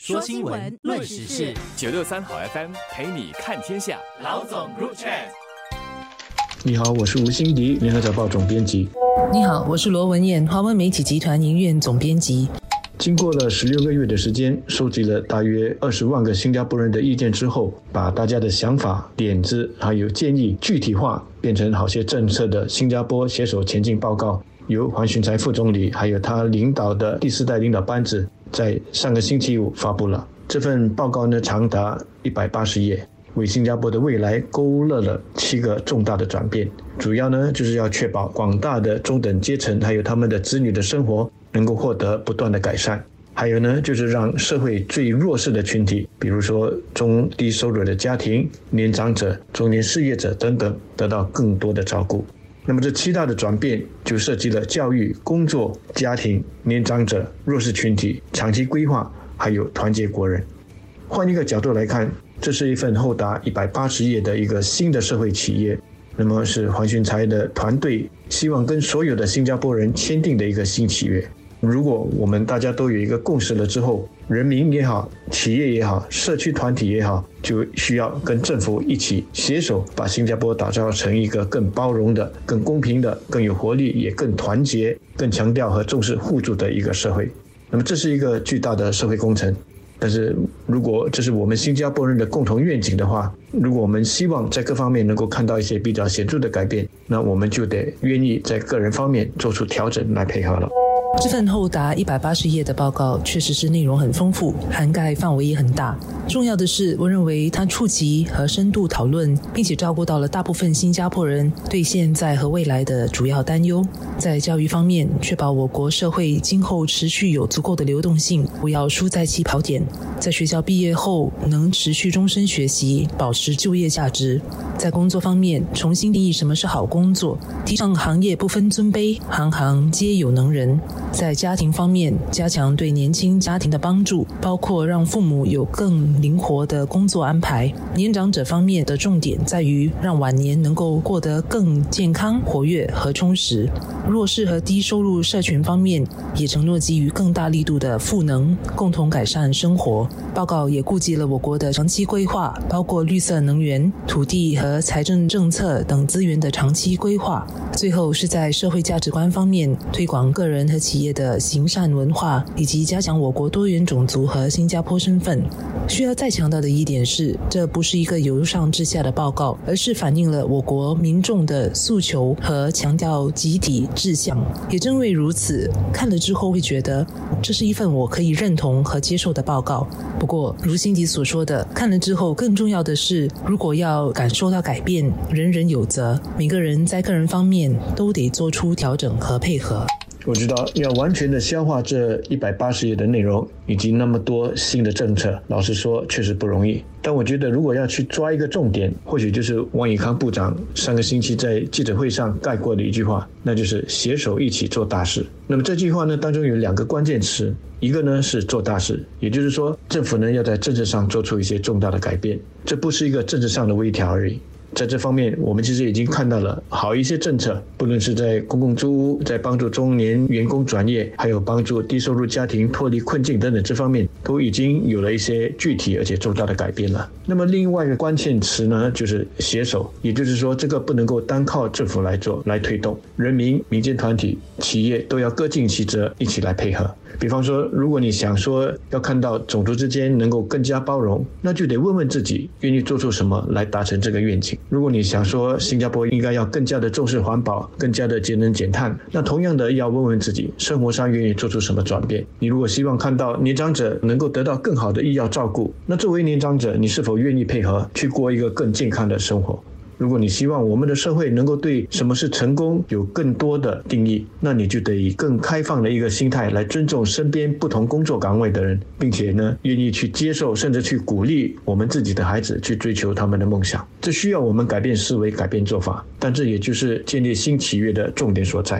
说新闻，论时事 963好 FM 陪你看天下。 老总 Group Chat。 你好，我是吴欣迪，联合早报总编辑。 你好，我是罗文燕，华文媒体集团营运总编辑。 经过了16个月的时间，收集了大约20万个新加坡人的意见之后，把大家的想法、点子还有建议具体化，变成好些政策的新加坡携手前进报告，由黄循财副总理还有他领导的第4代领导班子在上个星期五发布了。这份报告呢，长达180页，为新加坡的未来勾勒了7个重大的转变。主要呢，就是要确保广大的中等阶层还有他们的子女的生活能够获得不断的改善。还有呢，就是让社会最弱势的群体，比如说中低收入的家庭、年长者、中年失业者等等，得到更多的照顾。那么这7大的转变就涉及了教育、工作、家庭、年长者、弱势群体、长期规划，还有团结国人。换一个角度来看，这是一份厚达180页的一个新的社会企业，那么是黄循财的团队希望跟所有的新加坡人签订的一个新契约。如果我们大家都有一个共识了之后，人民也好，企业也好，社区团体也好，就需要跟政府一起携手，把新加坡打造成一个更包容的、更公平的、更有活力，也更团结、更强调和重视互助的一个社会。那么这是一个巨大的社会工程，但是如果这是我们新加坡人的共同愿景的话，如果我们希望在各方面能够看到一些比较显著的改变，那我们就得愿意在个人方面做出调整来配合了。 这份厚达180页的报告确实是内容很丰富，涵盖范围也很大。重要的是，我认为它触及和深度讨论，并且照顾到了大部分新加坡人对现在和未来的主要担忧。在教育方面，确保我国社会今后持续有足够的流动性，不要输在起跑点。在学校毕业后能持续终身学习，保持就业价值。在工作方面，重新定义什么是好工作，提倡行业不分尊卑，行行皆有能人。在家庭方面，加强对年轻家庭的帮助，包括让父母有更灵活的工作安排。年长者方面的重点在于让晚年能够过得更健康、活跃和充实。弱势和低收入社群方面，也承诺给予更大力度的赋能，共同改善生活。报告也顾及了我国的长期规划，包括绿色能源、土地和财政政策等资源的长期规划。最后是在社会价值观方面，推广个人和企业的行善文化，以及加强我国多元种族和新加坡身份。需要再强调的一点是，这不是一个由上至下的报告，而是反映了我国民众的诉求和强调集体志向。也正为如此，看了之后会觉得这是一份我可以认同和接受的报告。不过如辛迪所说的，看了之后更重要的是，如果要感受到改变，人人有责，每个人在个人方面都得做出调整和配合。 我知道要完全的消化这180页的内容以及那么多新的政策，老实说确实不容易。但我觉得如果要去抓一个重点，或许就是王以康部长上个星期在记者会上概括的一句话，那就是携手一起做大事。那么这句话呢，当中有2个关键词，一个呢是做大事，也就是说政府呢要在政策上做出一些重大的改变，这不是一个政治上的微调而已。在这方面，我们其实已经看到了好一些政策，不论是在公共租屋、在帮助中年员工转业，还有帮助低收入家庭脱离困境等等，这方面都已经有了一些具体而且重大的改变了。那么另外一个关键词呢，就是携手，也就是说这个不能够单靠政府来做来推动，人民、民间团体、企业都要各尽其责，一起来配合。比方说，如果你想说要看到种族之间能够更加包容，那就得问问自己愿意做出什么来达成这个愿景。如果你想说新加坡应该要更加的重视环保，更加的节能减碳，那同样的要问问自己生活上愿意做出什么转变。你如果希望看到年长者能够得到更好的医药照顾，那作为年长者，你是否愿意配合去过一个更健康的生活？如果你希望我们的社会能够对什么是成功有更多的定义，那你就得以更开放的一个心态来尊重身边不同工作岗位的人，并且呢，愿意去接受甚至去鼓励我们自己的孩子去追求他们的梦想。这需要我们改变思维、改变做法，但这也就是建立新企业的重点所在。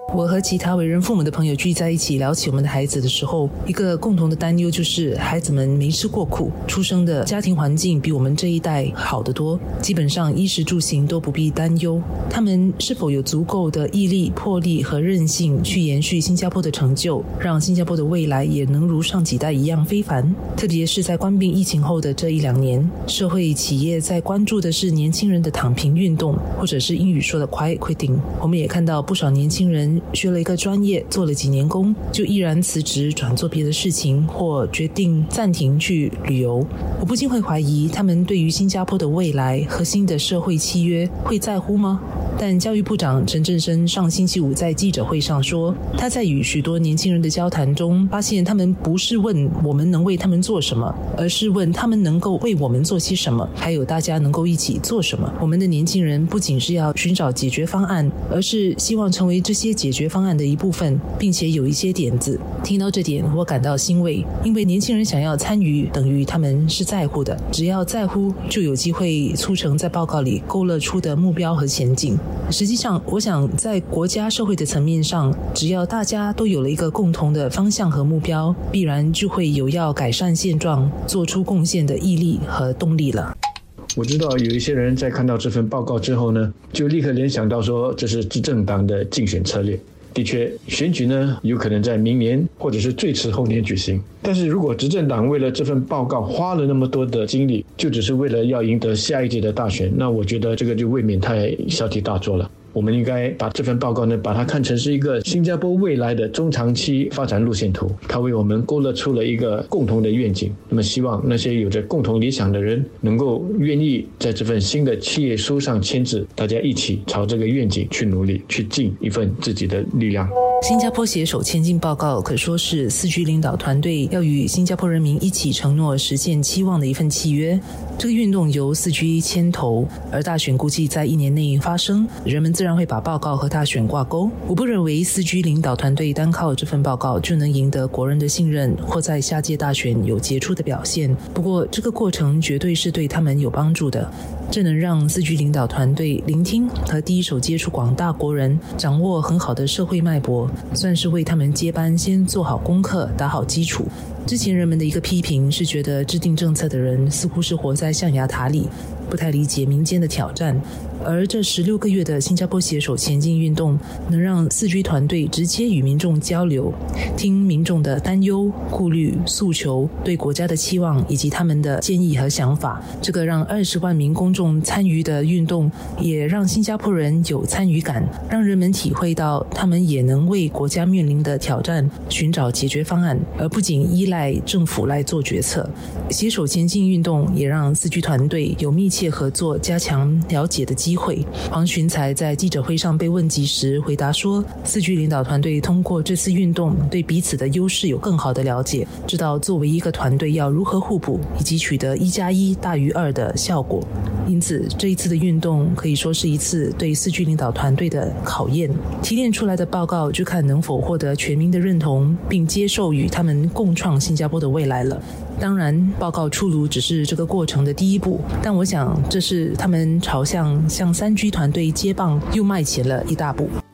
我和其他为人父母的朋友聚在一起聊起我们的孩子的时候，一个共同的担忧就是孩子们没吃过苦，出生的家庭环境比我们这一代好得多，基本上衣食住行都不必担忧。他们是否有足够的毅力、魄力和韧性去延续新加坡的成就，让新加坡的未来也能如上几代一样非凡？特别是在关闭疫情后的这1-2年，社会企业在关注的是年轻人的躺平运动，或者是英语说的 quiet quitting。我们也看到不少年轻人学了一个专业，做了几年工，就毅然辞职转做别的事情，或决定暂停去旅游。我不禁会怀疑，他们对于新加坡的未来和新的社会契约会在乎吗？但教育部长陈振声上星期五在记者会上说，他在与许多年轻人的交谈中发现，他们不是问我们能为他们做什么，而是问他们能够为我们做些什么，还有大家能够一起做什么。我们的年轻人不仅是要寻找解决方案，而是希望成为这些解决方案的一部分，并且有一些点子。听到这点，我感到欣慰，因为年轻人想要参与，等于他们是在乎的。只要在乎，就有机会促成在报告里勾勒出的目标和前景。实际上，我想在国家社会的层面上，只要大家都有了一个共同的方向和目标，必然就会有要改善现状、做出贡献的毅力和动力了。 我知道有一些人在看到这份报告之后呢，就立刻联想到说这是执政党的竞选策略。的确，选举呢有可能在明年或者是最迟后年举行，但是如果执政党为了这份报告花了那么多的精力，就只是为了要赢得下一届的大选，那我觉得这个就未免太小题大做了。我们应该把这份报告呢，把它看成是一个新加坡未来的中长期发展路线图，它为我们勾勒出了一个共同的愿景。那么希望那些有着共同理想的人能够愿意在这份新的企业书上签字，大家一起朝这个愿景去努力，去尽一份自己的力量。 新加坡携手前进报告可说是4G领导团队要与新加坡人民一起承诺实现期望的一份契约。这个运动由4G牵头，而大选估计在1年内发生，人们自然会把报告和大选挂钩。我不认为4G领导团队单靠这份报告就能赢得国人的信任，或在下届大选有杰出的表现。不过这个过程绝对是对他们有帮助的，这能让4G领导团队聆听和第一手接触广大国人，掌握很好的社会脉搏，算是为他们接班先做好功课，打好基础。之前人们的一个批评是觉得制定政策的人似乎是活在象牙塔里，不太理解民间的挑战。而这16个月的新加坡携手前进运动，能让4G团队直接与民众交流，听民众的担忧、顾虑、诉求，对国家的期望以及他们的建议和想法。这个让20万名公众参与的运动，也让新加坡人有参与感，让人们体会到他们也能为国家面临的挑战寻找解决方案，而不仅依赖政府来做决策。携手前进运动也让4G团队有密切合作、加强了解的机会。黄循才在记者会上被问及时回答说，4G领导团队通过这次运动对彼此的优势有更好的了解，知道作为一个团队要如何互补，以及取得1+1大于2的效果。因此这一次的运动可以说是一次对4G领导团队的考验，提炼出来的报告就看能否获得全民的认同，并接受与他们共创新加坡的未来了。当然报告出炉只是这个过程的第一步，但我想这是他们朝向3G团队接棒又迈前了一大步。